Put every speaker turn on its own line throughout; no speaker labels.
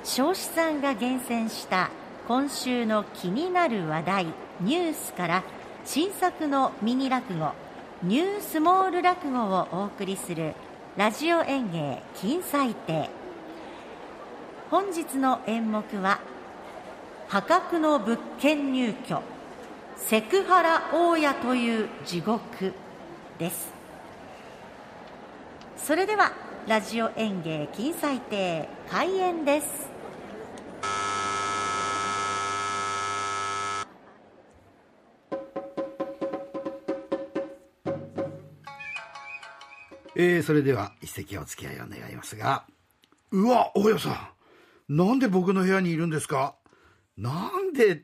彰子さんが厳選した今週の気になる話題ニュースから新作のミニ落語ニュースモール落語をお送りするラジオ演芸金彩亭。本日の演目は破格の物件入居セクハラ大家という地獄です。それではラジオ演芸金彩亭開演です。
それでは一席お付き合いを願いますが、うわ、大家さん、なんで僕の部屋にいるんですか？なんでって、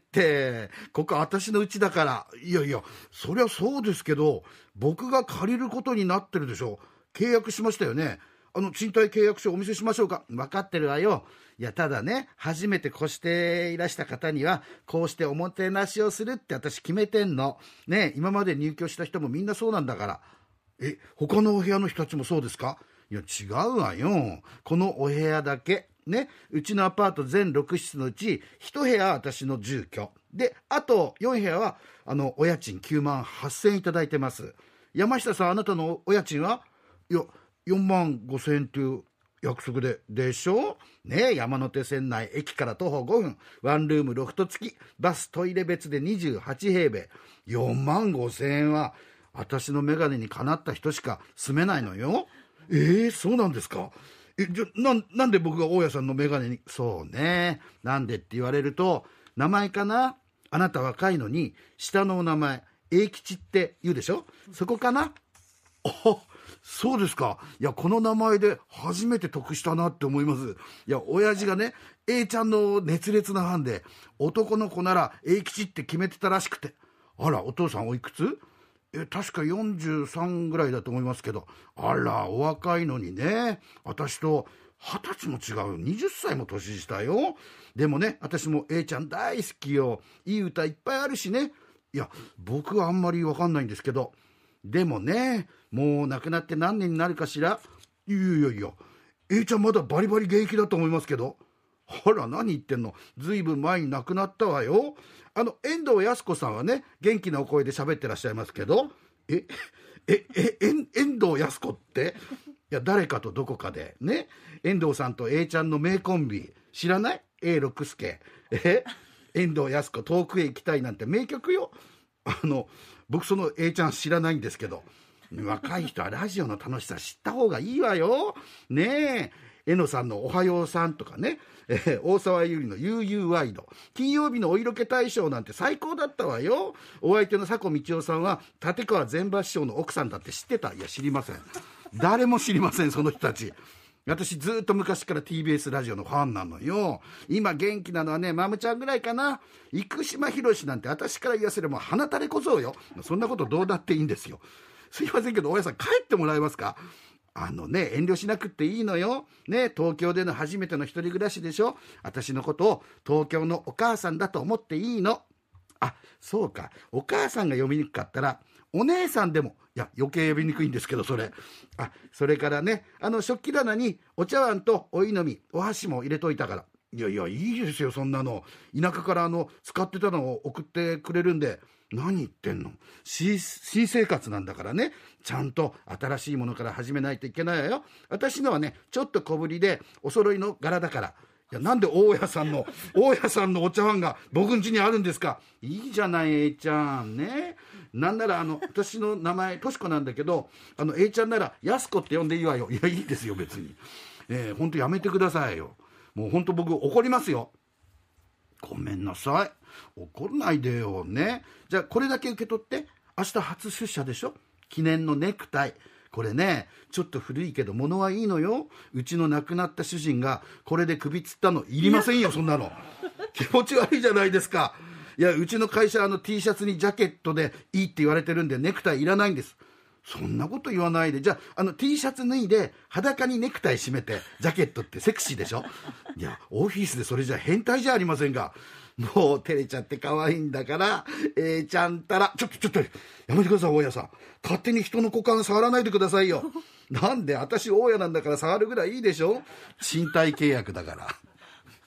ここ私の家だから。いやいや、そりゃそうですけど、僕が借りることになってるでしょ。契約しましたよね。賃貸契約書お見せしましょうか？分かってるわよ。いや、ただね、初めて越していらした方にはこうしておもてなしをするって私決めてんのね。今まで入居した人もみんなそうなんだから。他のお部屋の人たちもそうですか？いや、違うわよ。このお部屋だけね、うちのアパート全6室のうち1部屋は私の住居で、あと4部屋はお家賃9万8000円いただいてます。山下さん、あなたのお家賃は？いや、4万5000円っていう約束でしょね。山手線内、駅から徒歩5分、ワンルームロフト付き、バストイレ別で28平米、4万5000円は私の眼鏡にかなった人しか住めないのよ。そうなんですか？じゃなんで僕が大家さんの眼鏡に？そうね、なんでって言われると、名前かな。あなた若いのに下のお名前英吉って言うでしょ。そこかな。そうですか。いや、この名前で初めて得したなって思います。いや、親父がね、A ちゃんの熱烈なファンで、男の子なら英吉って決めてたらしくて。あら、お父さんおいくつ？確か43ぐらいだと思いますけど。あら、お若いのにね。私と20歳も違う。20歳も年下よ。でもね、私も A ちゃん大好きよ。いい歌いっぱいあるしね。いや、僕はあんまりわかんないんですけど、でもね、もう亡くなって何年になるかしら。いや、A ちゃんまだバリバリ現役だと思いますけど。あら、何言ってんの。ずいぶん前に亡くなったわよ。遠藤靖子さんはね、元気なお声で喋ってらっしゃいますけど。遠藤靖子って？いや、誰かとどこかでね、遠藤さんと A ちゃんの名コンビ知らない？ A 六輔、遠藤靖子遠くへ行きたいなんて名曲よ。僕その A ちゃん知らないんですけど、若い人はラジオの楽しさ知った方がいいわよね。えのさんのおはようさんとかね、大沢優里の悠々ワイド、金曜日のお色気大賞なんて最高だったわよ。お相手の佐古道夫さんは立川善馬師匠の奥さんだって知ってた？いや、知りません。誰も知りません、その人たち。私ずっと昔から TBS ラジオのファンなのよ。今元気なのはね、マムちゃんぐらいかな。生島博士なんて私から言わせれば鼻垂れ小僧よ。そんなことどうだっていいんですよ。すいませんけど、大家さん帰ってもらえますか？遠慮しなくっていいのよ。ね、東京での初めての一人暮らしでしょ。私のことを東京のお母さんだと思っていいの。あ、そうか。お母さんが読みにくかったら、お姉さんでも、いや、余計呼びにくいんですけど、それ。それからね、食器棚にお茶碗とお湯飲み、お箸も入れといたから。いや、いいですよ、そんなの。田舎から使ってたのを送ってくれるんで。何言ってんの。新生活なんだからね、ちゃんと新しいものから始めないといけないわよ。私のはね、ちょっと小ぶりでお揃いの柄だから。いや、なんで大家さんのお茶碗が僕ん家にあるんですか？いいじゃない、A ちゃんね。なんなら私の名前としこなんだけど、A ちゃんならやすこって呼んでいいわよ。いや、いいですよ別に。本当やめてくださいよ。もう本当僕怒りますよ。ごめんなさい。怒んないでよね。じゃあこれだけ受け取って。明日初出社でしょ。記念のネクタイ。これね、ちょっと古いけど物はいいのよ。うちの亡くなった主人がこれで首つったのいりませんよ、そんなの。気持ち悪いじゃないですか。いや、うちの会社T シャツにジャケットでいいって言われてるんでネクタイいらないんです。そんなこと言わないで。じゃあT シャツ脱いで裸にネクタイ締めてジャケットってセクシーでしょ。いや、オフィスでそれじゃ変態じゃありませんか。もう照れちゃって可愛いんだから。ちゃんたらちょっとやめてください。大家さん、勝手に人の股間触らないでくださいよ。なんで？私大家なんだから触るぐらいいいでしょ。賃貸契約だから。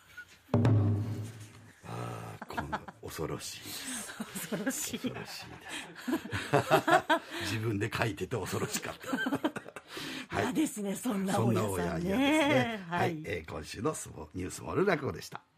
恐ろしいです。
恐ろしい。
恐ろしいです。自分で書いてて恐ろしかった。
嫌ですね、そんな大家さんね。
そんな大家嫌ですね。はい、今週のニュースモール落語でした。